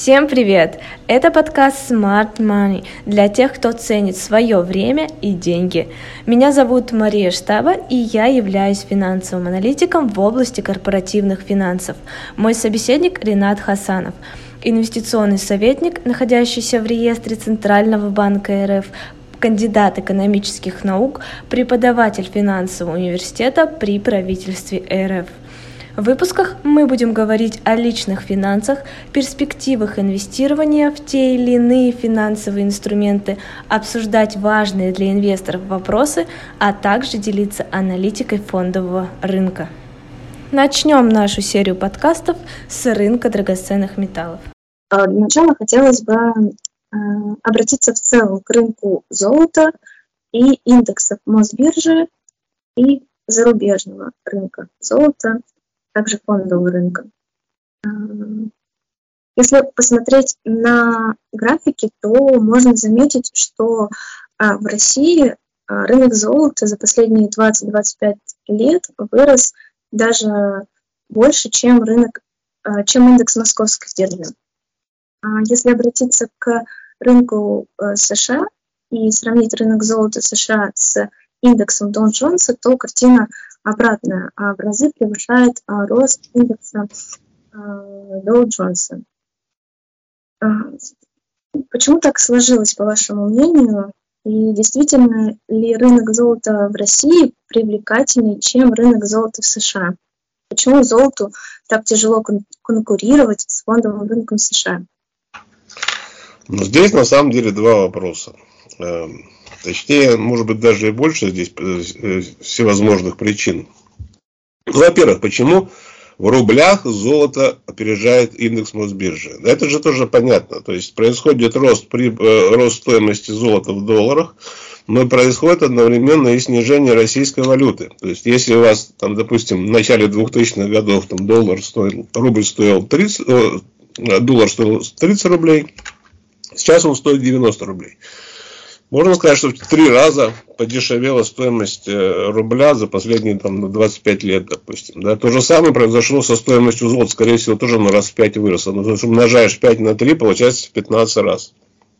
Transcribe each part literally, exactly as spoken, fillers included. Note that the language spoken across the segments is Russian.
Всем привет! Это подкаст Smart Money для тех, кто ценит свое время и деньги. Меня зовут Мария Штаба, и я являюсь финансовым аналитиком в области корпоративных финансов. Мой собеседник Ринат Хасанов, инвестиционный советник, находящийся в реестре Центрального банка РФ, кандидат экономических наук, преподаватель финансового университета при правительстве РФ. В выпусках мы будем говорить о личных финансах, перспективах инвестирования в те или иные финансовые инструменты, обсуждать важные для инвесторов вопросы, а также делиться аналитикой фондового рынка. Начнем нашу серию подкастов с рынка драгоценных металлов. Для начала хотелось бы обратиться в целом к рынку золота и индексов Мосбиржи и зарубежного рынка золота, также фондового рынка. Если посмотреть на графики, то можно заметить, что в России рынок золота за последние двадцать-двадцать пять лет вырос даже больше, чем рынок, чем индекс московских биржи. Если обратиться к рынку США и сравнить рынок золота США с индексом Доу Джонса, то картина обратная, а в разы превышает а, рост индекса а, Доу Джонса. А, почему так сложилось, по вашему мнению? И действительно ли рынок золота в России привлекательнее, чем рынок золота в США? Почему золоту так тяжело кон- конкурировать с фондовым рынком США? Ну, здесь на самом деле два вопроса. Точнее, может быть, даже и больше здесь всевозможных причин. Во-первых, почему в рублях золото опережает индекс Мосбиржи? Это же тоже понятно. То есть происходит рост, при, рост стоимости золота в долларах, но происходит одновременно и снижение российской валюты. То есть, если у вас, там, допустим, в начале двухтысячных годов там, доллар стоил, рубль стоил тридцать, доллар стоил тридцать рублей, сейчас он стоит девяносто рублей. Можно сказать, что в три раза подешевела стоимость рубля за последние там, двадцать пять лет, допустим. Да? То же самое произошло со стоимостью золота. Скорее всего, тоже на раз в пять выросло. Но если умножаешь пять на три, получается в пятнадцать раз.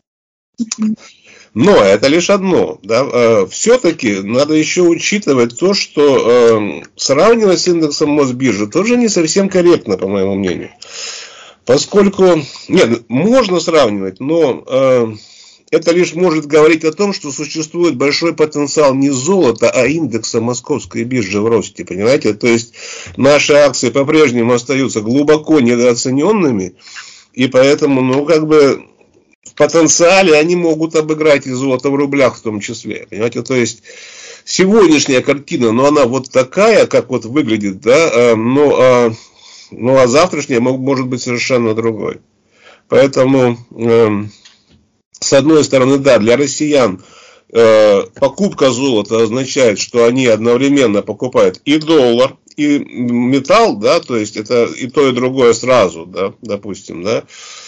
Но это лишь одно. Да? Все-таки надо еще учитывать то, что сравнивать с индексом Мосбиржи тоже не совсем корректно, по моему мнению. Поскольку, нет, можно сравнивать, но это лишь может говорить о том, что существует большой потенциал не золота, а индекса Московской биржи в росте. Понимаете? То есть наши акции по-прежнему остаются глубоко недооцененными. И поэтому, ну, как бы в потенциале они могут обыграть и золото в рублях в том числе. Понимаете? То есть сегодняшняя картина, ну, она вот такая, как вот выглядит, да, ну, а, ну, а завтрашняя может быть совершенно другой. Поэтому с одной стороны, да, для россиян э, покупка золота означает, что они одновременно покупают и доллар, и металл, да, то есть это и то, и другое сразу, да, допустим, да.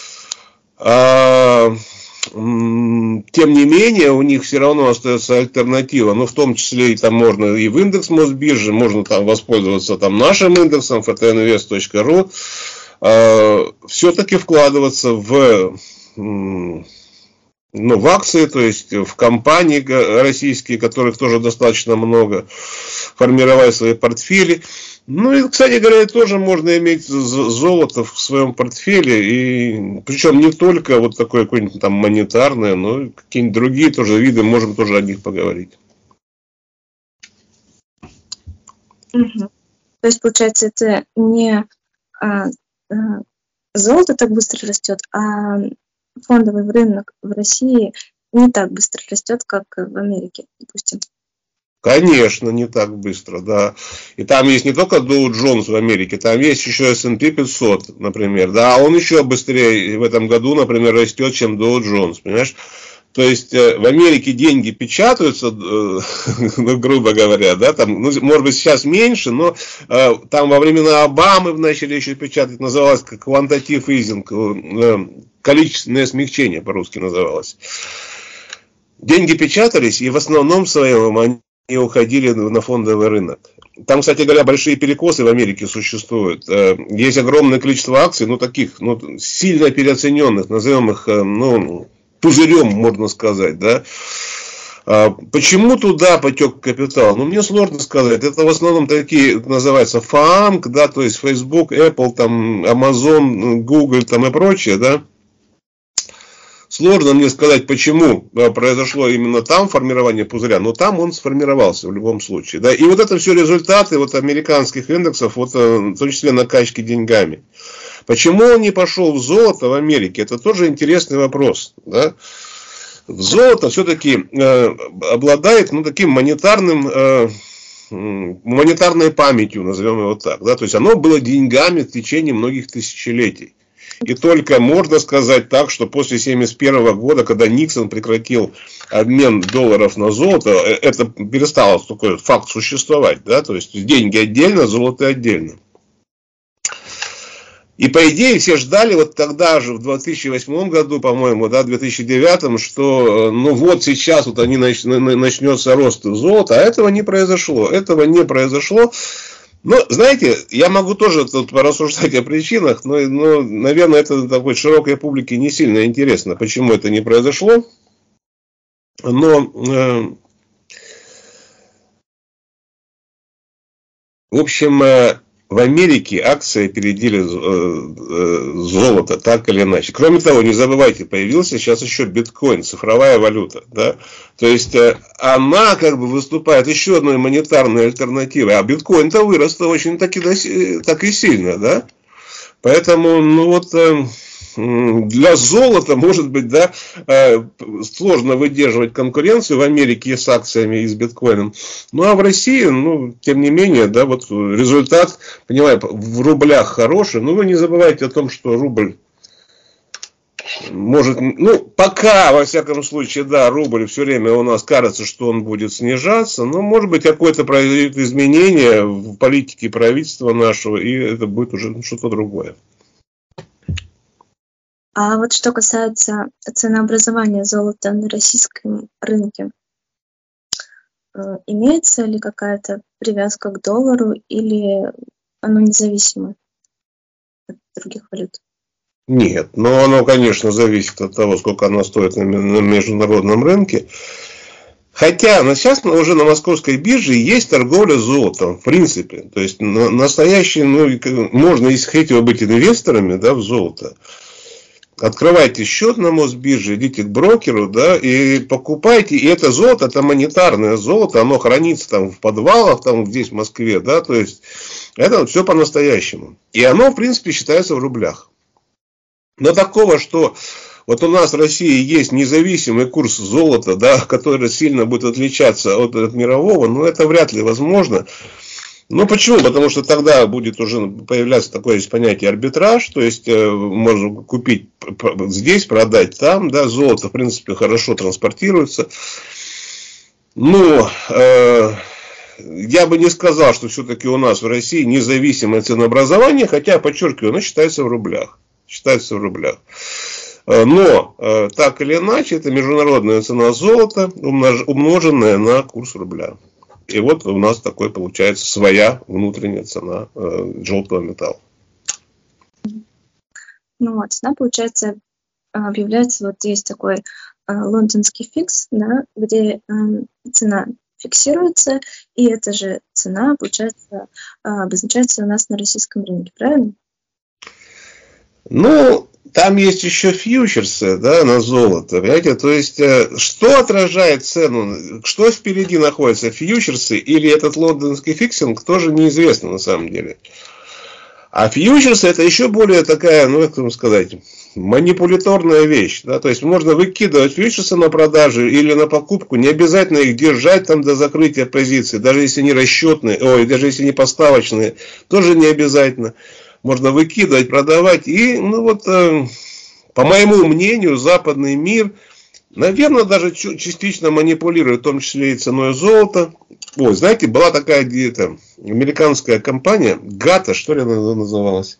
А, м, тем не менее, у них все равно остается альтернатива, ну, в том числе и там можно и в индекс Мосбиржи, можно там воспользоваться там нашим индексом эф тэ эн инвест точка ру, а, все-таки вкладываться в м, Ну, в акции, то есть в компании российские, которых тоже достаточно много, формировать свои портфели. Ну и, кстати говоря, тоже можно иметь золото в своем портфеле, и причем не только вот такое какое-нибудь там монетарное, но и какие-нибудь другие тоже виды, можем тоже о них поговорить. Угу. То есть, получается, это не а, а, золото так быстро растет, а фондовый рынок в России не так быстро растет, как в Америке, допустим. Конечно, не так быстро, да. И там есть не только Доу Джонс в Америке, там есть еще эс энд пи пятьсот, например, да, он еще быстрее в этом году, например, растет, чем Доу Джонс, понимаешь? То есть в Америке деньги печатаются, ну, грубо говоря, да, там, ну, может быть, сейчас меньше, но э, там во времена Обамы начали еще печатать, называлось как quantitative easing, э, количественное смягчение по-русски называлось. Деньги печатались, и в основном своем они и уходили на фондовый рынок. Там, кстати говоря, большие перекосы в Америке существуют. Есть огромное количество акций, ну, таких, ну, сильно переоцененных, назовем их, ну, пузырем, можно сказать, да. Почему туда потек капитал? Ну, мне сложно сказать. Это в основном такие, называются ФААМ, да, то есть Facebook, Apple, там, Amazon, Google, там и прочее, да. Сложно мне сказать, почему произошло именно там формирование пузыря, но там он сформировался в любом случае. Да? И вот это все результаты вот американских индексов, вот, в том числе накачки деньгами. Почему он не пошел в золото в Америке? Это тоже интересный вопрос. Да? Золото все-таки э, обладает, ну, таким монетарным, э, монетарной памятью, назовем его так. Да? То есть оно было деньгами в течение многих тысячелетий. И только можно сказать так, что после семьдесят первого года, когда Никсон прекратил обмен долларов на золото, это перестало такой факт существовать. Да? То есть деньги отдельно, золото отдельно. И по идее все ждали вот тогда же, в две тысячи восьмом году, по-моему, да, в две тысячи девятом, что ну вот сейчас вот они нач... начнется рост золота, а этого не произошло. Этого не произошло. Ну, знаете, я могу тоже тут порассуждать о причинах, но, но, наверное, это такой широкой публике не сильно интересно, почему это не произошло. Но, э, в общем, э, в Америке акции опередили золото, так или иначе. Кроме того, не забывайте, появился сейчас еще биткоин, цифровая валюта. Да? То есть она как бы выступает еще одной монетарной альтернативой. А биткоин-то вырос-то очень так и, так и сильно. Да? Поэтому, ну вот, для золота, может быть, да, сложно выдерживать конкуренцию в Америке с акциями и с биткоином. Ну, а в России, ну, тем не менее, да, вот результат, понимаю, в рублях хороший. Но вы не забывайте о том, что рубль может, ну, пока, во всяком случае, да, рубль все время у нас кажется, что он будет снижаться, но, может быть, какое-то произойдет изменение в политике правительства нашего, и это будет уже что-то другое. А вот что касается ценообразования золота на российском рынке, имеется ли какая-то привязка к доллару или оно независимо от других валют? Нет, но оно, конечно, зависит от того, сколько оно стоит на международном рынке. Хотя сейчас уже на московской бирже есть торговля золотом, в принципе. То есть настоящий, ну, можно, если хотите быть инвесторами, да, в золото. Открывайте счет на Мосбирже, идите к брокеру, да, и покупайте. И это золото, это монетарное золото, оно хранится там в подвалах, там здесь в Москве, да, то есть это все по-настоящему. И оно, в принципе, считается в рублях. Но такого, что вот у нас в России есть независимый курс золота, да, который сильно будет отличаться от, от мирового, ну, это вряд ли возможно. Ну, почему? Потому что тогда будет уже появляться такое понятие арбитраж, то есть э, можно купить здесь, продать там, да, золото, в принципе, хорошо транспортируется. Но э, я бы не сказал, что все-таки у нас в России независимое ценообразование, хотя, подчеркиваю, оно считается в рублях. Считается в рублях. Но, э, так или иначе, это международная цена золота, умнож, умноженная на курс рубля. И вот у нас такой получается своя внутренняя цена э, желтого металла. Ну вот, цена, получается, объявляется, вот есть такой э, лондонский фикс, да, где э, цена фиксируется, и эта же цена, получается, э, обозначается у нас на российском рынке, правильно? Ну, там есть еще фьючерсы, да, на золото, понимаете, то есть, что отражает цену, что впереди находится, фьючерсы или этот лондонский фиксинг, тоже неизвестно на самом деле. А фьючерсы это еще более такая, ну, как вам сказать, манипуляторная вещь, да, то есть можно выкидывать фьючерсы на продажу или на покупку, не обязательно их держать там до закрытия позиции, даже если они расчетные, ой, даже если они поставочные, тоже не обязательно. Можно выкидывать, продавать. И, ну вот, э, по моему мнению, западный мир, наверное, даже частично манипулирует, в том числе и ценой золота. Ой, знаете, была такая где-то американская компания, Гата, что ли она называлась?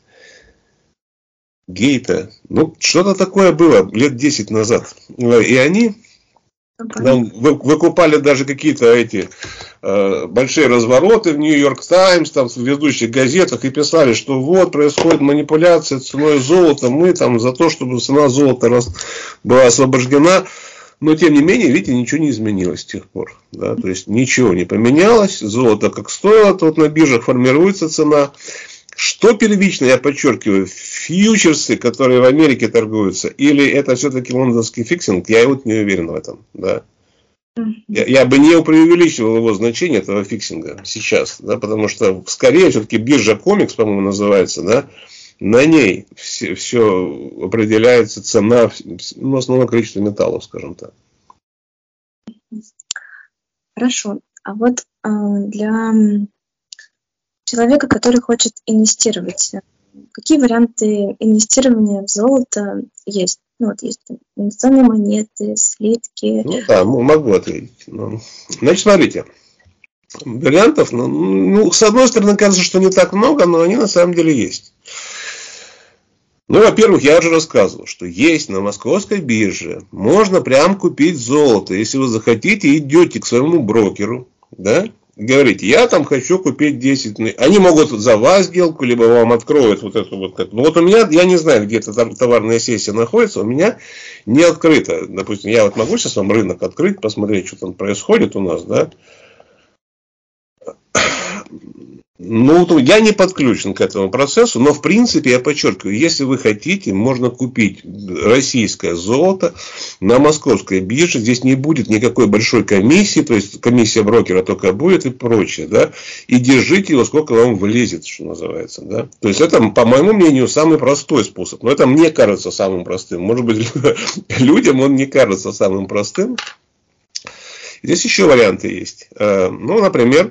Гейта. Ну, что-то такое было лет десять назад. И они там выкупали даже какие-то эти э, большие развороты в Нью-Йорк Таймс, там, в ведущих газетах, и писали, что вот происходит манипуляция ценой золота, мы там за то, чтобы цена золота раз, была освобождена. Но, тем не менее, видите, ничего не изменилось с тех пор. Да? То есть, ничего не поменялось. Золото как стоило, то вот на биржах формируется цена. Что первично, я подчеркиваю, фьючерсы, которые в Америке торгуются, или это все-таки лондонский фиксинг, я вот не уверен в этом. Да? Я, я бы не преувеличивал его значение, этого фиксинга, сейчас. Да? Потому что, скорее, все-таки биржа Комикс, по-моему, называется, да? На ней все, все определяется цена, ну, основное количество металлов, скажем так. Хорошо. А вот э, для человека, который хочет инвестировать, какие варианты инвестирования в золото есть? Ну, вот есть инвестиционные монеты, слитки. Ну да, могу ответить. Ну, значит, смотрите. Вариантов, ну, ну, с одной стороны, кажется, что не так много, но они на самом деле есть. Ну, во-первых, я уже рассказывал, что есть на московской бирже, можно прям купить золото. Если вы захотите, идете к своему брокеру, да, говорите, я там хочу купить десять. Они могут за вас сделку, либо вам откроют вот эту вот. Ну, вот у меня, я не знаю, где эта товарная сессия находится, у меня не открыто. Допустим, я вот могу сейчас вам рынок открыть, посмотреть, что там происходит у нас, да. Ну, я не подключен к этому процессу, но в принципе, я подчеркиваю, если вы хотите, можно купить российское золото на московской бирже, здесь не будет никакой большой комиссии, то есть комиссия брокера только будет и прочее, да, и держите его, сколько вам влезет, что называется, да, то есть это, по моему мнению, самый простой способ, но это мне кажется самым простым, может быть, людям он не кажется самым простым. Здесь еще варианты есть, ну, например,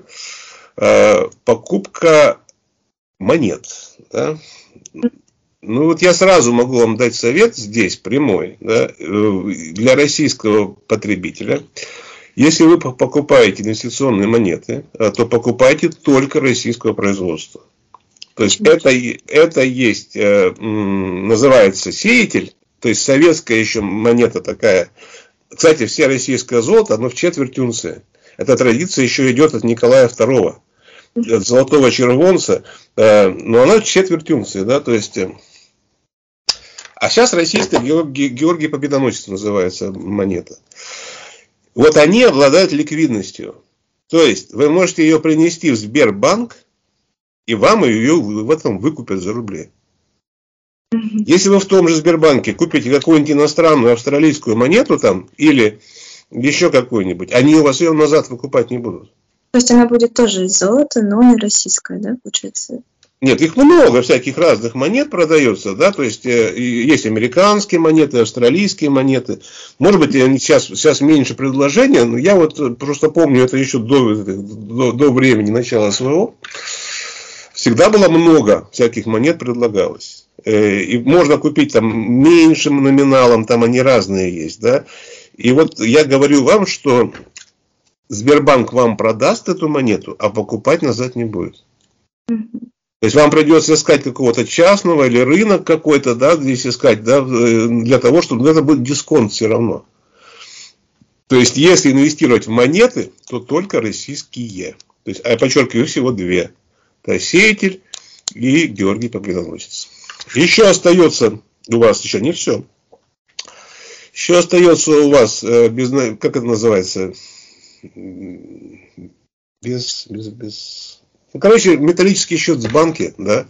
покупка монет. Да? Ну вот я сразу могу вам дать совет здесь прямой, да, для российского потребителя. Если вы покупаете инвестиционные монеты, то покупайте только российского производства. То есть это, это есть, называется сеятель, то есть советская еще монета такая. Кстати, все российское золото, оно в четверть унции. Эта традиция еще идет от Николая второго. От золотого червонца. Но она в четверть унции. Да, то есть, а сейчас российская Георгий, Георгий Победоносец называется монета. Вот они обладают ликвидностью. То есть вы можете ее принести в Сбербанк, и вам ее в этом выкупят за рубли. Если вы в том же Сбербанке купите какую-нибудь иностранную австралийскую монету там, или еще какую-нибудь, они у вас ее назад выкупать не будут. То есть она будет тоже из золота, но не российская, да, получается? Нет, их много всяких разных монет продается, да, то есть есть американские монеты, австралийские монеты. Может быть, они сейчас, сейчас меньше предложения, но я вот просто помню это еще до, до, до времени начала СВО. Всегда было много всяких монет предлагалось. И можно купить там меньшим номиналом, там они разные есть, да. И вот я говорю вам, что Сбербанк вам продаст эту монету, а покупать назад не будет. Mm-hmm. То есть вам придется искать какого-то частного или рынок какой-то, да, здесь искать, да, для того, чтобы это будет дисконт все равно. То есть если инвестировать в монеты, то только российские. То есть, а я подчеркиваю, всего две. Это сеятель и Георгий Победоносец. Еще остается у вас еще не все. Еще остается у вас, без, как это называется, без, без, без... Ну, короче, металлический счет в банке, да.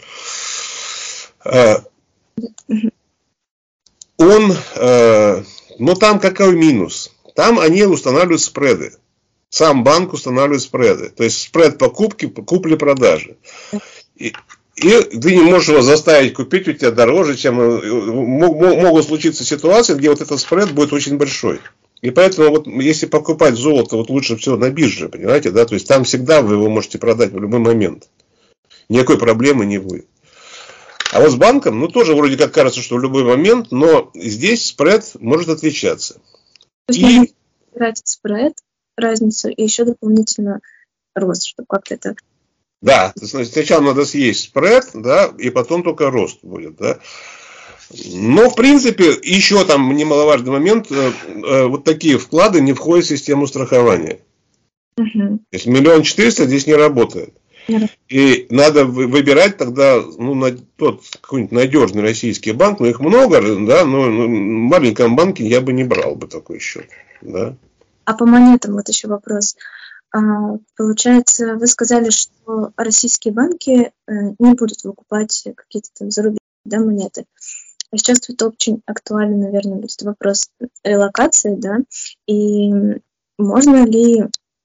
Он, но там какой минус? Там они устанавливают спреды. Сам банк устанавливает спреды. То есть спред покупки, купли-продажи. И, и ты не можешь его заставить купить у тебя дороже, чем могут случиться ситуации, где вот этот спред будет очень большой. И поэтому, вот, если покупать золото, вот лучше всего на бирже, понимаете, да, то есть там всегда вы его можете продать в любой момент. Никакой проблемы не будет. А вот с банком, ну, тоже вроде как кажется, что в любой момент, но здесь спред может отличаться. То есть и... можно брать спред, разницу, и еще дополнительно рост, чтобы как-то это... Да, то есть сначала надо съесть спред, да, и потом только рост будет, да. Но, в принципе, еще там немаловажный момент, вот такие вклады не входят в систему страхования. Мгм. То есть миллион четыреста здесь не работает. И надо выбирать тогда ну, на тот какой-нибудь надежный российский банк, но их много, да, но в маленьком банке я бы не брал бы такой счет. Да. А по монетам вот еще вопрос. А, Получается, вы сказали, что российские банки э, не будут выкупать какие-то там зарубежные, да, монеты. А сейчас тут очень актуален, наверное, будет вопрос релокации, да, и можно ли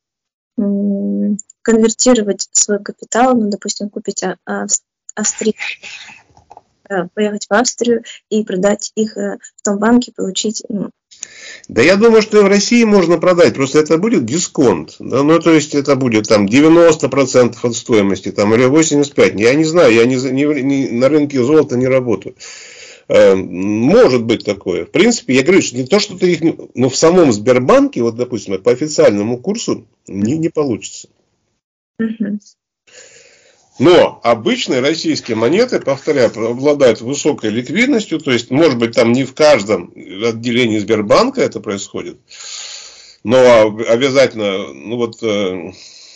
м, конвертировать свой капитал, ну, допустим, купить а- ав- австрийский, да, поехать в Австрию и продать их э, в том банке, получить, ну, Да я думаю, что и в России можно продать, просто это будет дисконт. Да? Ну, то есть, это будет там девяносто процентов от стоимости там, или восемьдесят пять процентов. Я не знаю, я не, не, не, на рынке золота не работаю. Э, Может быть такое. В принципе, я говорю, что не то, что ты их... не- Но в самом Сбербанке, вот, допустим, по официальному курсу не, не получится. мгм. Но обычные российские монеты, повторяю, обладают высокой ликвидностью. То есть, может быть, там не в каждом отделении Сбербанка это происходит. Но обязательно, ну вот, э,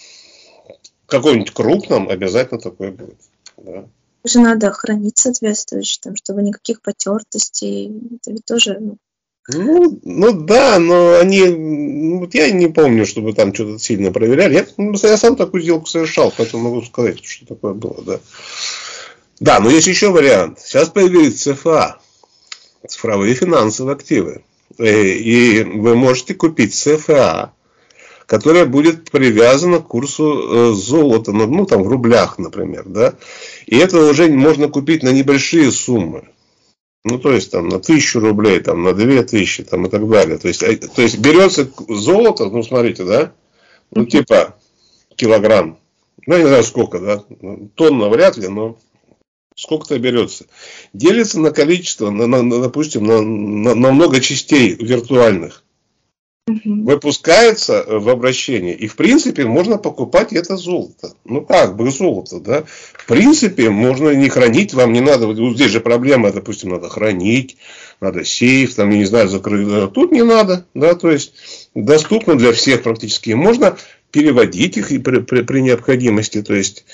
в каком-нибудь крупном обязательно такое будет. Да. Же надо хранить соответствующе, там, чтобы никаких потертостей. Это ведь тоже, ну, Ну, ну да, но они, ну, вот я не помню, чтобы там что-то сильно проверяли. Я, ну, я сам такую сделку совершал, поэтому могу сказать, что такое было, да. Да, но есть еще вариант. Сейчас появились ЦФА, цифровые финансовые активы. Э, И вы можете купить ЦФА, которая будет привязана к курсу э, золота, ну, ну, там в рублях, например, да. И это уже можно купить на небольшие суммы. Ну, то есть, там, на тысячу рублей, там, на две тысячи, там, и так далее. То есть, э, то есть, берется золото, ну, смотрите, да, ну, типа, килограмм. Ну, я не знаю, сколько, да, ну, тонна вряд ли, но сколько-то берется. Делится на количество, на, на, на, допустим, на, на, на много частей виртуальных. мгм. Выпускается в обращение. И в принципе можно покупать это золото. Ну как бы золото, да. В принципе можно не хранить, вам не надо. Вот здесь же проблема, допустим, надо хранить, надо сейф, там, я не знаю, закрыть. Тут не надо, да, то есть доступно для всех практически. Можно переводить их и при, при, при необходимости. То есть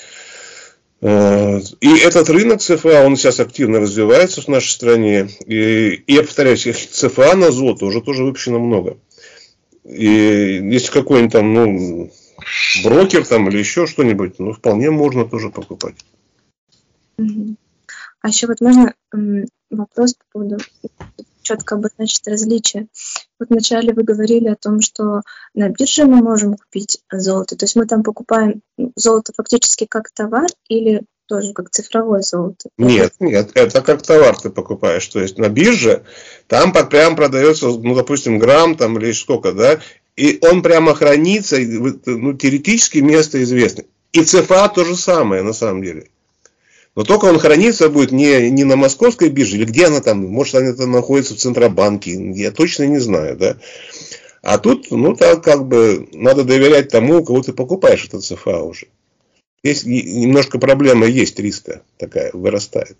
э, и этот рынок ЦФА, он сейчас активно развивается в нашей стране. И, и я повторяюсь, ЦФА на золото уже тоже выпущено много. И если какой-нибудь там, ну, брокер там или еще что-нибудь, ну, вполне можно тоже покупать. Мгм. А еще вот можно м, вопрос по поводу четко обозначить различия. Вот вначале вы говорили о том, что на бирже мы можем купить золото. То есть мы там покупаем ну, золото фактически как товар или тоже как цифровое золото? Я Нет, нет, это как товар ты покупаешь. То есть на бирже там под- прям продается, ну, допустим, грамм там или сколько, да, и он прямо хранится, и, ну, теоретически место известно. И ЦФА то же самое на самом деле. Но только он храниться будет не, не на московской бирже, или где она там, может, она там находится в Центробанке, я точно не знаю, да. А тут, ну, так как бы надо доверять тому, у кого ты покупаешь этот ЦФА уже. Здесь немножко проблема есть, риска такая вырастает.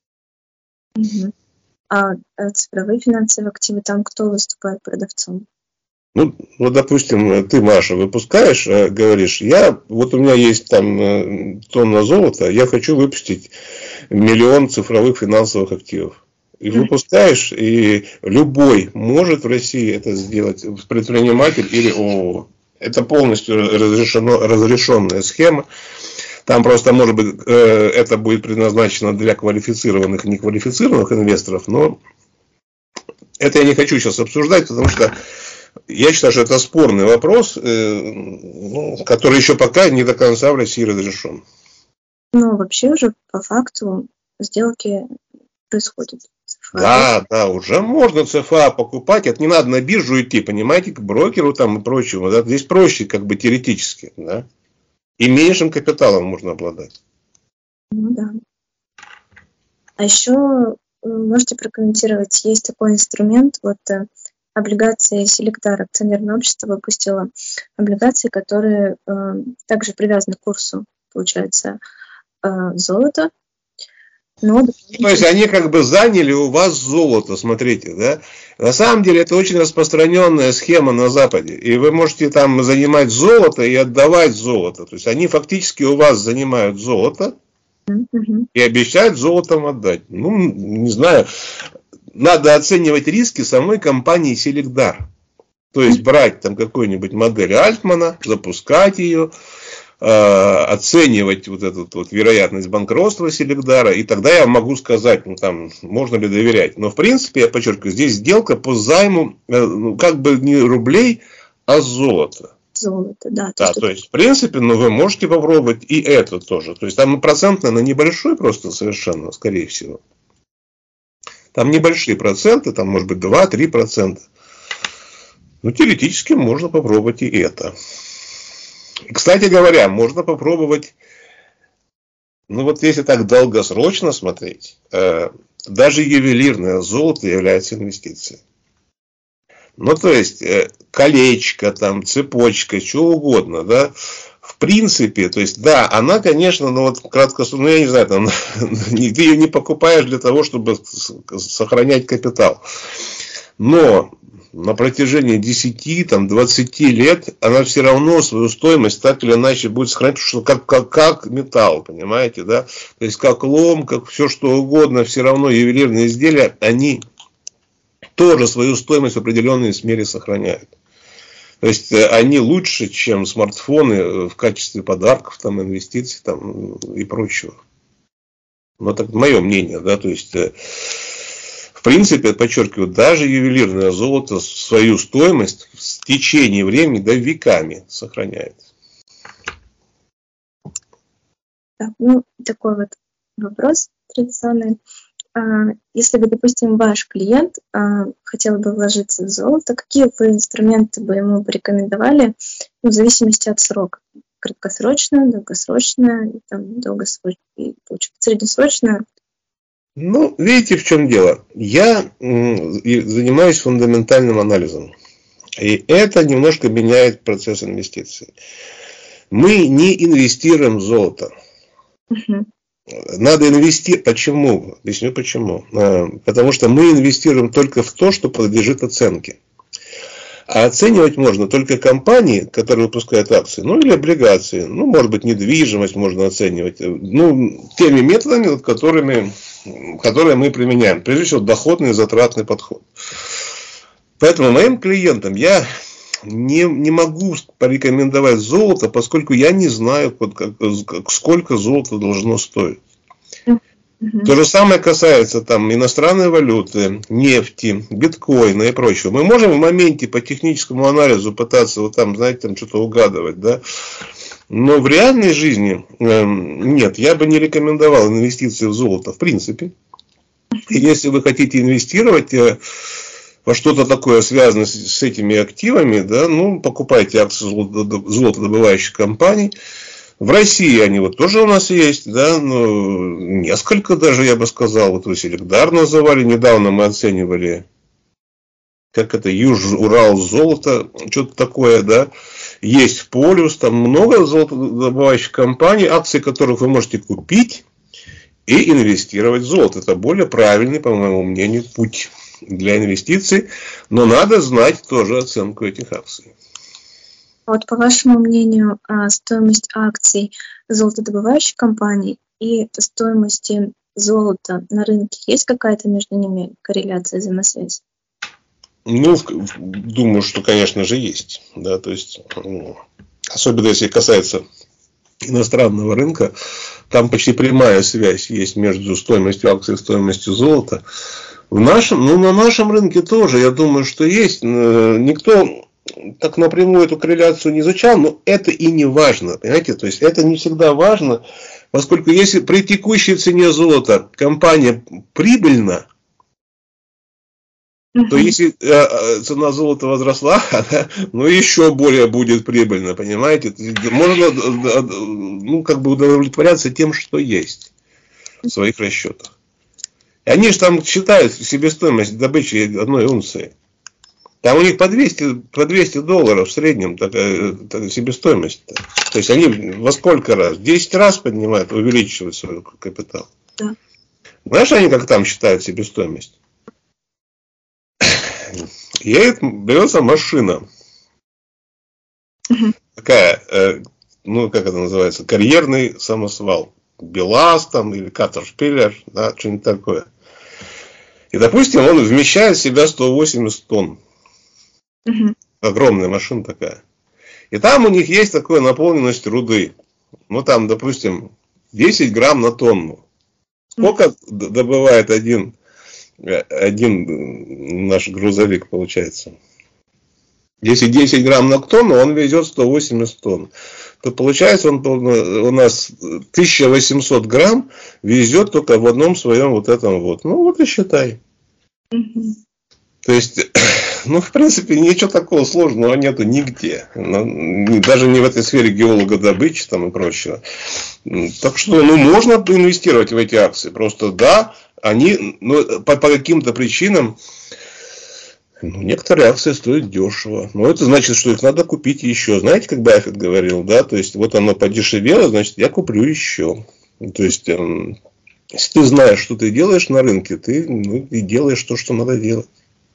Мгм. А э, цифровые финансовые активы, там кто выступает продавцом? Ну, вот, допустим, ты, Маша, выпускаешь, э, говоришь, я, вот у меня есть там э, тонна золота, я хочу выпустить миллион цифровых финансовых активов. И Мгм. выпускаешь, и любой может в России это сделать, предприниматель или ООО. Это полностью разрешено, разрешенная схема. Там просто, может быть, э, это будет предназначено для квалифицированных и неквалифицированных инвесторов, но это я не хочу сейчас обсуждать, потому что я считаю, что это спорный вопрос, э, ну, который еще пока не до конца в России разрешен. Ну, вообще уже по факту сделки происходят. Цифровые. Да, да, уже можно ЦФА покупать. Это не надо на биржу идти, понимаете, к брокеру там и прочему. Да? Здесь проще, как бы теоретически. Да? И меньшим капиталом можно обладать. Ну да. А еще можете прокомментировать, есть такой инструмент, вот э, облигации Селектар, акционерное общество выпустило облигации, которые э, также привязаны к курсу, получается, э, золота. Но... То есть они как бы заняли у вас золото, смотрите, да? На самом деле это очень распространенная схема на Западе. И вы можете там занимать золото и отдавать золото. То есть они фактически у вас занимают золото и обещают золотом отдать. Ну, не знаю. Надо оценивать риски самой компании Селигдар. То есть брать там какую-нибудь модель Альтмана, запускать ее, оценивать вот эту вот вероятность банкротства Селигдара, и тогда я могу сказать, ну там, можно ли доверять. Но в принципе, я подчеркиваю, здесь сделка по займу, ну, как бы не рублей, а золота. Золото, да. Да, то, то есть, в принципе, ну, вы можете попробовать и это тоже. То есть, там процент, наверное, небольшой просто совершенно, скорее всего. Там небольшие проценты, там может быть два-три процента. Ну, теоретически можно попробовать и это. Кстати говоря, можно попробовать, ну вот если так долгосрочно смотреть, э, даже ювелирное золото является инвестицией. Ну то есть э, колечко, там, цепочка, что угодно, да. В принципе, то есть да, она, конечно, ну вот краткосрочно, ну я не знаю, там, ты ее не покупаешь для того, чтобы сохранять капитал. Но на протяжении десяти-двадцати лет она все равно свою стоимость так или иначе будет сохранять, что как, как, как металл, понимаете, да? То есть как лом, как все что угодно, все равно ювелирные изделия, они тоже свою стоимость в определенной мере сохраняют. То есть они лучше, чем смартфоны в качестве подарков, там, инвестиций там, и прочего. Ну, это мое мнение, да, то есть... В принципе, подчеркиваю, даже ювелирное золото свою стоимость в течение времени, да, веками сохраняет. Так, ну, такой вот вопрос традиционный. Если бы, допустим, ваш клиент хотел бы вложиться в золото, какие бы инструменты бы ему порекомендовали, ну, в зависимости от срока? Краткосрочно, долгосрочно, там, долгосрочно, и, среднесрочно? Ну, видите, в чем дело. Я занимаюсь фундаментальным анализом. И это немножко меняет процесс инвестиций. Мы не инвестируем в золото. Uh-huh. Надо инвестировать. Почему? Объясню почему. Потому что мы инвестируем только в то, что подлежит оценке. А оценивать можно только компании, которые выпускают акции, ну или облигации. Ну, может быть, недвижимость можно оценивать. Ну, теми методами, которыми... которые мы применяем. Прежде всего, доходный и затратный подход. Поэтому моим клиентам я не, не могу порекомендовать золото, поскольку я не знаю, сколько золото должно стоить. Mm-hmm. То же самое касается там, иностранной валюты, нефти, биткоина и прочего. Мы можем в моменте по техническому анализу пытаться вот там, знаете, там что-то угадывать, да? Но в реальной жизни э, нет, я бы не рекомендовал инвестиции в золото в принципе. И если вы хотите инвестировать э, во что-то такое, связанное с, с этими активами, да, ну, покупайте акции золотодобывающих компаний. В России они вот тоже у нас есть, да, ну, несколько даже, я бы сказал. Вот вы Селигдар называли, недавно мы оценивали, как это, Юж-Урал золото, что-то такое, да. Есть полюс, там много золотодобывающих компаний, акции которых вы можете купить и инвестировать в золото. Это более правильный, по моему мнению, путь для инвестиций. Но надо знать тоже оценку этих акций. Вот по вашему мнению, стоимость акций золотодобывающих компаний и стоимости золота на рынке, есть какая-то между ними корреляция, взаимосвязь? Ну, думаю, что, конечно же, есть. Да, то есть, ну, особенно если касается иностранного рынка, там почти прямая связь есть между стоимостью акций и стоимостью золота. В нашем, ну, на нашем рынке тоже, я думаю, что есть. Никто так напрямую эту корреляцию не изучал, но это и не важно. Понимаете? То есть, это не всегда важно, поскольку если при текущей цене золота компания прибыльна, то если э, цена золота возросла, она, ну, еще более будет прибыльно, понимаете? Можно, ну, как бы удовлетворяться тем, что есть в своих расчетах. И они же там считают себестоимость добычи одной унции. Там у них по двести, по двести долларов в среднем такая, такая себестоимость. То есть они во сколько раз? десять раз поднимают, увеличивают свой капитал. Да. Знаешь, они как там считают себестоимость? Едет, берется машина. Uh-huh. Такая, э, ну, как это называется, карьерный самосвал. БелАЗ там или Катерпиллер, да, что-нибудь такое. И, допустим, он вмещает в себя сто восемьдесят тонн. Uh-huh. Огромная машина такая. И там у них есть такая наполненность руды. Ну, там, допустим, десять грамм на тонну. Сколько uh-huh. добывает один, один наш грузовик, получается? Если десять грамм на тонну, он везет сто восемьдесят тонн. То получается, он у нас тысяча восемьсот грамм везет только в одном своем вот этом вот. Ну, вот и считай. Uh-huh. То есть, ну, в принципе, ничего такого сложного нету нигде. Даже не в этой сфере геологодобычи там и прочего. Так что, ну, можно инвестировать в эти акции. Просто, да, они, ну, по, по каким-то причинам, ну, некоторые акции стоят дешево. Но это значит, что их надо купить еще. Знаете, как Баффет говорил, да? То есть, вот оно подешевело, значит, я куплю еще. То есть, эм, если ты знаешь, что ты делаешь на рынке, ты, ну, и делаешь то, что надо делать.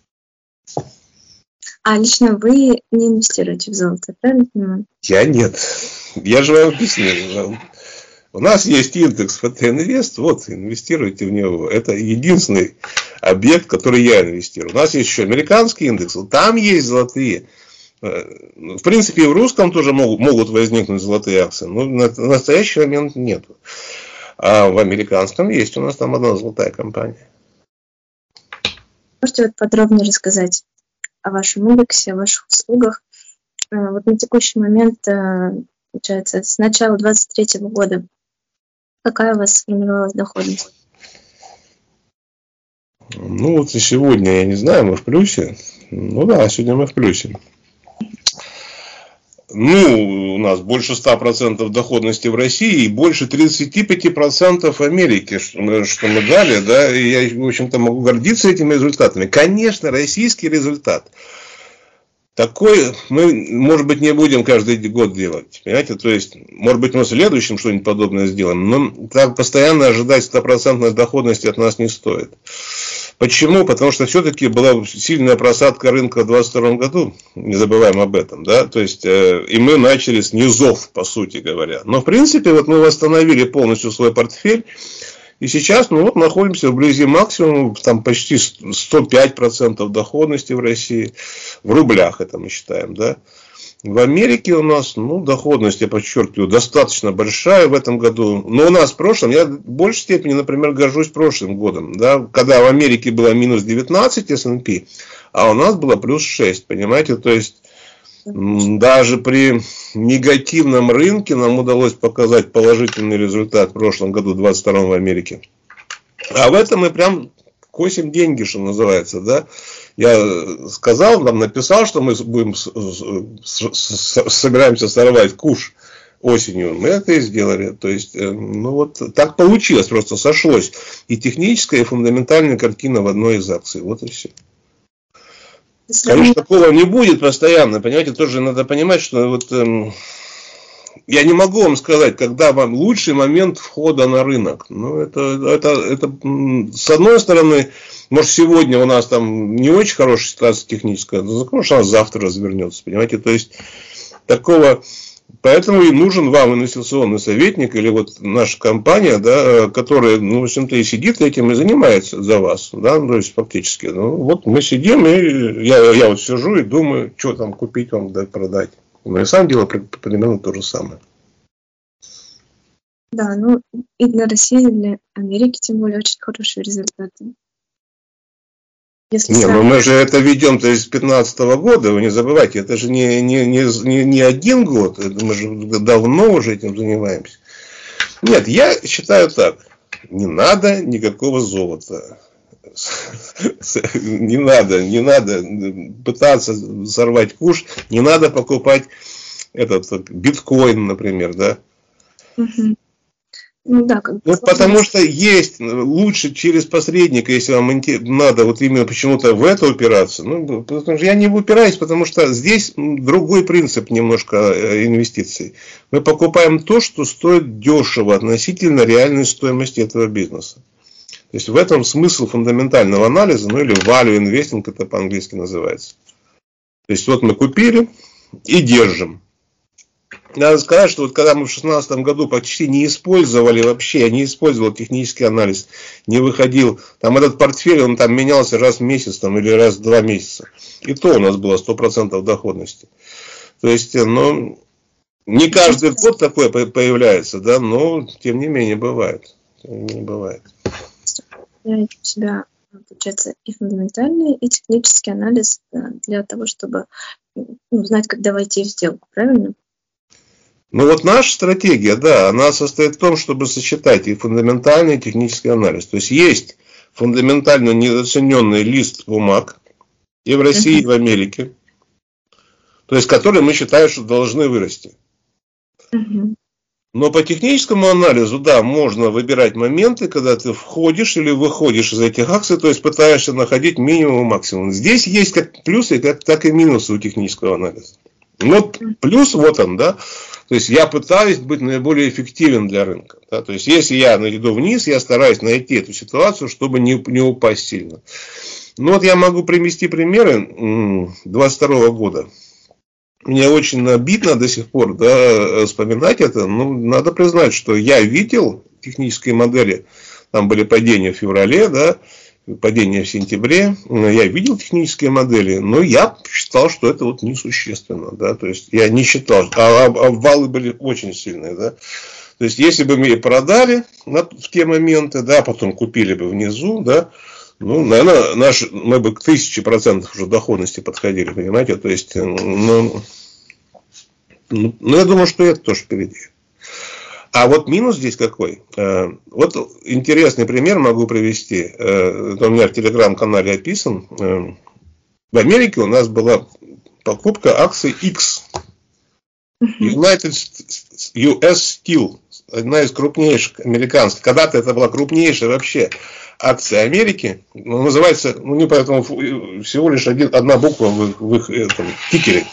А лично вы не инвестируете в золото, правильно понимаю? Я нет. Я же вам объяснил. У нас есть индекс эф ти Invest, вот, инвестируйте в него. Это единственный объект, в который я инвестирую. У нас есть еще американский индекс, там есть золотые. В принципе, и в русском тоже могут, могут возникнуть золотые акции, но на настоящий момент нет. А в американском есть у нас там одна золотая компания. Можете вот подробнее рассказать о вашем индексе, о ваших услугах? Вот на текущий момент, получается, с начала двадцать третьего года, какая у вас сформировалась доходность? Ну, вот и сегодня, я не знаю, мы в плюсе. Ну да, сегодня мы в плюсе. Ну, у нас больше ста процентов доходности в России и больше тридцать пять процентов в Америке, что мы, что мы дали, да, и я, в общем-то, могу гордиться этими результатами. Конечно, российский результат. Такой мы, может быть, не будем каждый год делать. Понимаете, то есть, может быть, мы в следующем что-нибудь подобное сделаем, но так постоянно ожидать стопроцентной доходности от нас не стоит. Почему? Потому что все-таки была сильная просадка рынка в двадцать втором году, не забываем об этом, да, то есть, э, и мы начали с низов, по сути говоря. Но, в принципе, вот мы восстановили полностью свой портфель, и сейчас, ну, вот, находимся вблизи максимума, там почти сто пять процентов доходности в России, в рублях это мы считаем, да. В Америке у нас, ну, доходность, я подчеркиваю, достаточно большая в этом году. Но у нас в прошлом, я в большей степени, например, горжусь прошлым годом. Да, когда в Америке было минус девятнадцать эс энд пи, а у нас было плюс шесть. Понимаете, то есть, даже при негативном рынке нам удалось показать положительный результат в прошлом году, двадцать втором в Америке. А в этом мы прям косим деньги, что называется, да. Я сказал, нам написал, что мы будем собираемся сорвать куш осенью. Мы это и сделали. То есть, ну вот так получилось, просто сошлось и техническая, и фундаментальная картина в одной из акций. Вот и все. Конечно, такого не будет постоянно. Понимаете, тоже надо понимать, что вот эм, я не могу вам сказать, когда вам лучший момент входа на рынок. Ну, это, это, это с одной стороны, может, сегодня у нас там не очень хорошая ситуация техническая, но может, она завтра развернется. Понимаете, то есть такого. Поэтому и нужен вам инвестиционный советник или вот наша компания, да, которая, ну, в общем-то, и сидит этим и занимается за вас, да, то есть фактически. Ну, вот мы сидим, и я, я вот сижу и думаю, что там купить вам, да, продать. Но и сам делаю примерно то же самое. Да, ну и для России, и для Америки, тем более, очень хорошие результаты. Если не, сам... ну мы же это ведем то есть с пятнадцатого года, вы не забывайте, это же не, не, не, не один год, это мы же давно уже этим занимаемся. Нет, я считаю так, не надо никакого золота. Не надо, не надо пытаться сорвать куш, не надо покупать этот биткоин, например, да. Угу. Ну, да, как ну, потому что есть лучше через посредника, если вам надо вот именно почему-то в это упираться. Ну, потому что я не упираюсь, потому что здесь другой принцип немножко инвестиций. Мы покупаем то, что стоит дешево относительно реальной стоимости этого бизнеса. есть в этом смысл фундаментального анализа, ну или value investing, это по-английски называется. То есть вот мы купили и держим. Надо сказать, что вот когда мы в две тысячи шестнадцатом году почти не использовали вообще, я не использовал технический анализ, не выходил, там этот портфель, он там менялся раз в месяц там, или раз в два месяца. И то у нас было сто процентов доходности. То есть, ну, не каждый год такое появляется, да, но тем не менее бывает. Тем не менее бывает. У себя, получается, и фундаментальный, и технический анализ для того, чтобы ну, знать, когда войти в сделку, правильно? Ну вот наша стратегия, да, она состоит в том, чтобы сочетать и фундаментальный, и технический анализ. То есть есть фундаментально недооцененный лист бумаг и в России, uh-huh. и в Америке, то есть которые мы считаем, что должны вырасти. Uh-huh. Но по техническому анализу, да, можно выбирать моменты, когда ты входишь или выходишь из этих акций, то есть пытаешься находить минимум и максимум. Здесь есть как плюсы, так и минусы у технического анализа. Вот плюс вот он, да. То есть я пытаюсь быть наиболее эффективен для рынка. Да? То есть если я иду вниз, я стараюсь найти эту ситуацию, чтобы не, не упасть сильно. Ну вот я могу привести примеры две тысячи двадцать второго года. Мне очень обидно до сих пор, да, вспоминать это. Но надо признать, что я видел технические модели. Там были падения в феврале, да, падение в сентябре. Я видел технические модели, но я считал, что это вот несущественно. Да? То есть я не считал, а обвалы были очень сильные. Да? То есть если бы мы продали в те моменты, да, потом купили бы внизу, да, ну, наверное, наш, мы бы к тысяче процентов уже доходности подходили, понимаете? То есть, ну, ну, я думаю, что это тоже впереди. А вот минус здесь какой? Вот интересный пример могу привести. Это у меня в телеграм-канале описан. В Америке у нас была покупка акций X. United ю эс Steel. Одна из крупнейших американских. Когда-то это была крупнейшая вообще акция Америки. Ну, называется, ну не поэтому всего лишь один, одна буква в, в их этом, тикере.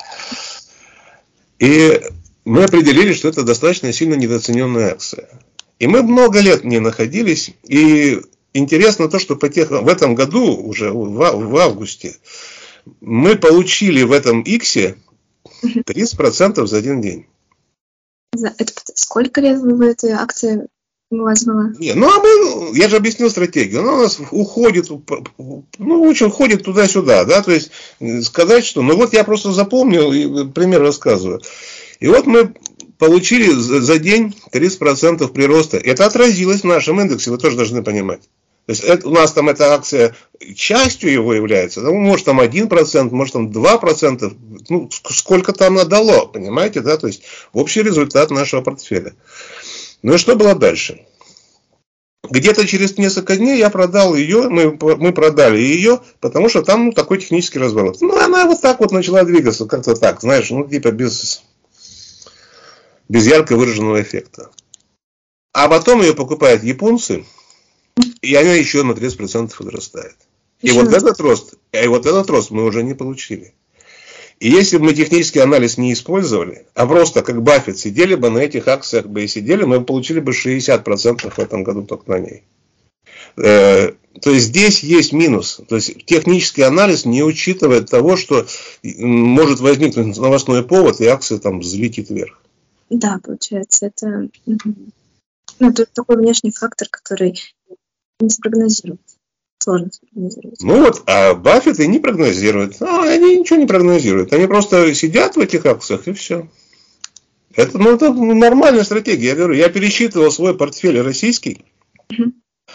И мы определили, что это достаточно сильно недооцененная акция. И мы много лет в ней находились. И интересно то, что по тех, в этом году, уже в, в августе, мы получили в этом иксе тридцать процентов за один день. Это сколько лет вы в этой акции у вас было? Не, ну а мы, я же объяснил стратегию. Она у нас уходит, ну, очень уходит туда-сюда. Да? То есть сказать, что, ну вот я просто запомнил и пример рассказываю. И вот мы получили за день тридцать процентов прироста. Это отразилось в нашем индексе, вы тоже должны понимать. То есть это, у нас там эта акция частью его является. Ну, может там один процент, может там два процента. Ну, сколько там она дало, понимаете, да? То есть общий результат нашего портфеля. Ну и что было дальше? Где-то через несколько дней я продал ее, мы, мы продали ее, потому что там ну, такой технический разворот. Ну, она вот так вот начала двигаться, как-то так, знаешь, ну, типа без... без ярко выраженного эффекта. А потом ее покупают японцы, и она еще на тридцать процентов возрастает. И вот этот рост, и вот этот рост мы уже не получили. И если бы мы технический анализ не использовали, а просто как Баффет сидели бы на этих акциях бы и сидели, мы бы получили бы шестьдесят процентов в этом году только на ней. То есть здесь есть минус. То есть технический анализ не учитывает того, что может возникнуть новостной повод, и акция там взлетит вверх. Да, получается, это, ну, это такой внешний фактор, который не спрогнозирует. Сложно спрогнозировать. Ну вот, а Баффет и не прогнозирует. Ну, они ничего не прогнозируют. Они просто сидят в этих акциях и все. Это, ну, это нормальная стратегия. Я говорю, я пересчитывал свой портфель российский. Uh-huh.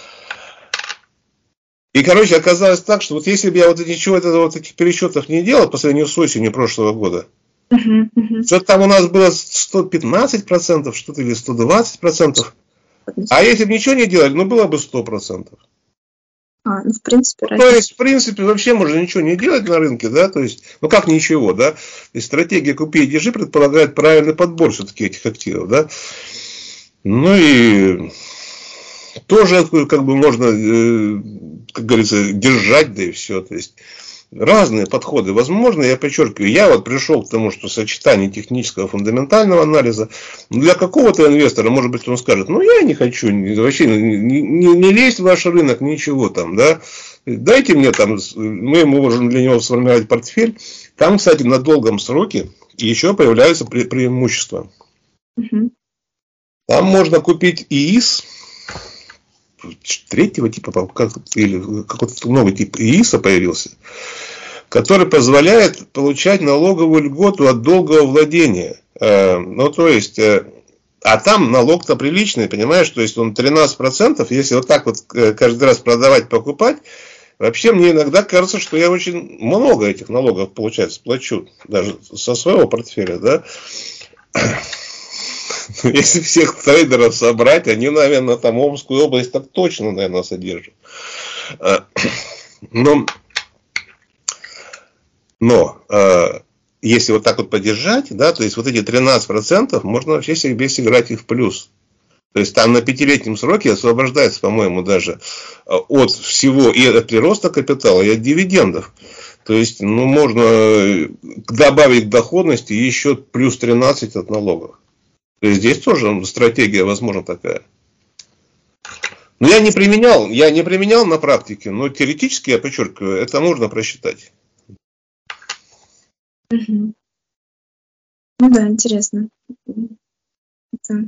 И, короче, оказалось так, что вот если бы я вот ничего этого, вот этих пересчетов не делал по сравнению с осенью прошлого года, Uh-huh, uh-huh. что-то там у нас было сто пятнадцать процентов, что-то или сто двадцать процентов. А если бы ничего не делали, ну было бы сто процентов. А, ну, в принципе, ну, то есть, в принципе, вообще можно ничего не делать на рынке, да, то есть, ну как ничего, да. То есть стратегия купи и держи предполагает правильный подбор все-таки этих активов, да. Ну и тоже как бы можно, как говорится, держать, да и все. То есть разные подходы возможны, я подчеркиваю. Я вот пришел к тому, что сочетание технического фундаментального анализа для какого-то инвестора, может быть, он скажет, ну я не хочу вообще не, не, не лезть в ваш рынок, ничего там, да. Дайте мне там, мы можем для него сформировать портфель. Там, кстати, на долгом сроке еще появляются пре- преимущества. Мгм. Там можно купить ИИС третьего типа, как- или какой-то новый тип ИИСа появился, который позволяет получать налоговую льготу от долгого владения. Э, Ну, то есть, э, а там налог-то приличный, понимаешь, то есть он тринадцать процентов, если вот так вот э, каждый раз продавать, покупать, вообще мне иногда кажется, что я очень много этих налогов, получается, плачу, даже со своего портфеля, да. Если всех трейдеров собрать, они, наверное, там Омскую область так точно, наверное, содержат. А, Но, но э, если вот так вот подержать, да, то есть вот эти тринадцать процентов можно вообще себе сыграть и в плюс. То есть там на пятилетнем сроке освобождается, по-моему, даже э, от всего и от прироста капитала, и от дивидендов. То есть, ну, можно э, добавить к доходности еще плюс тринадцать от налогов. То есть здесь тоже стратегия, возможно, такая. Но я не применял, я не применял на практике, но теоретически, я подчеркиваю, это можно просчитать. Мгм. Ну да, интересно. М, это-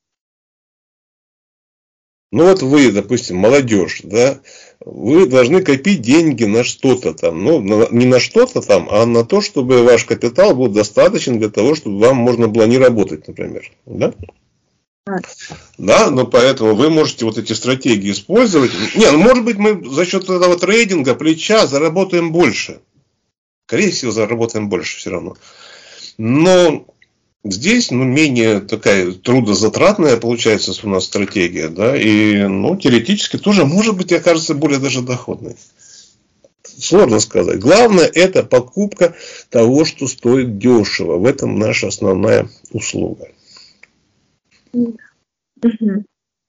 Ну вот вы, допустим, молодежь, да, вы должны копить деньги на что-то там, ну, на- не на что-то там, а на то, чтобы ваш капитал был достаточен для того, чтобы вам можно было не работать, например, да? а, Да, но поэтому вы можете вот эти стратегии использовать. Не, ну может быть мы за счет этого трейдинга плеча заработаем больше. Скорее всего, заработаем больше все равно. Но здесь, ну, менее такая трудозатратная получается у нас стратегия, да, и, ну, теоретически тоже может быть окажется более даже доходной. Сложно сказать. Главное это покупка того, что стоит дешево. В этом наша основная услуга. м, мгм.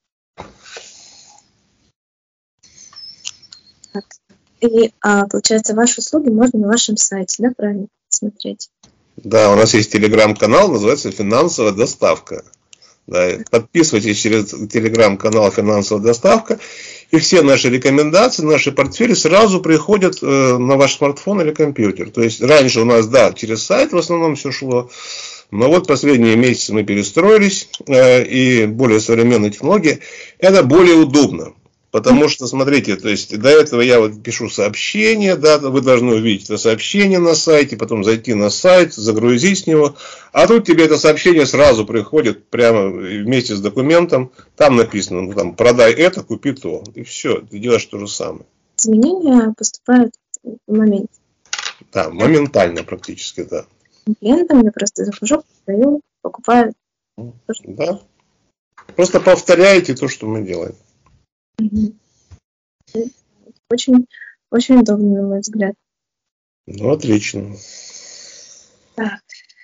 Так. И а, получается, ваши услуги можно на вашем сайте, да, правильно смотреть? Да, у нас есть телеграм-канал, называется «Финансовая доставка». Да, подписывайтесь через телеграм-канал «Финансовая доставка», и все наши рекомендации, наши портфели сразу приходят э, на ваш смартфон или компьютер. То есть раньше у нас, да, через сайт в основном все шло, но вот последние месяцы мы перестроились, э, и более современные технологии, это более удобно. Потому что, смотрите, то есть до этого я вот пишу сообщение, да, вы должны увидеть это сообщение на сайте, потом зайти на сайт, загрузить с него. А тут тебе это сообщение сразу приходит прямо вместе с документом. Там написано, ну, там, продай это, купи то. И все, ты делаешь то же самое. Изменения поступают в моменте. Да, моментально практически, да. Клиентам я просто захожу, продаю, покупаю. Да. Просто повторяете то, что мы делаем. Мгм. Очень, очень удобно, на мой взгляд. Ну, отлично. Так.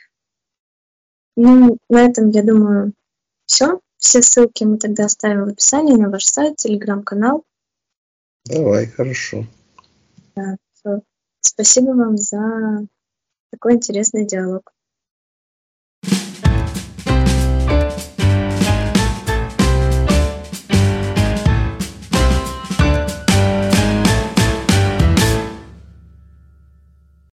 Ну, на этом, я думаю, все. Все ссылки мы тогда оставим в описании на ваш сайт, телеграм-канал. Давай, хорошо. Да, всё. Спасибо вам за такой интересный диалог.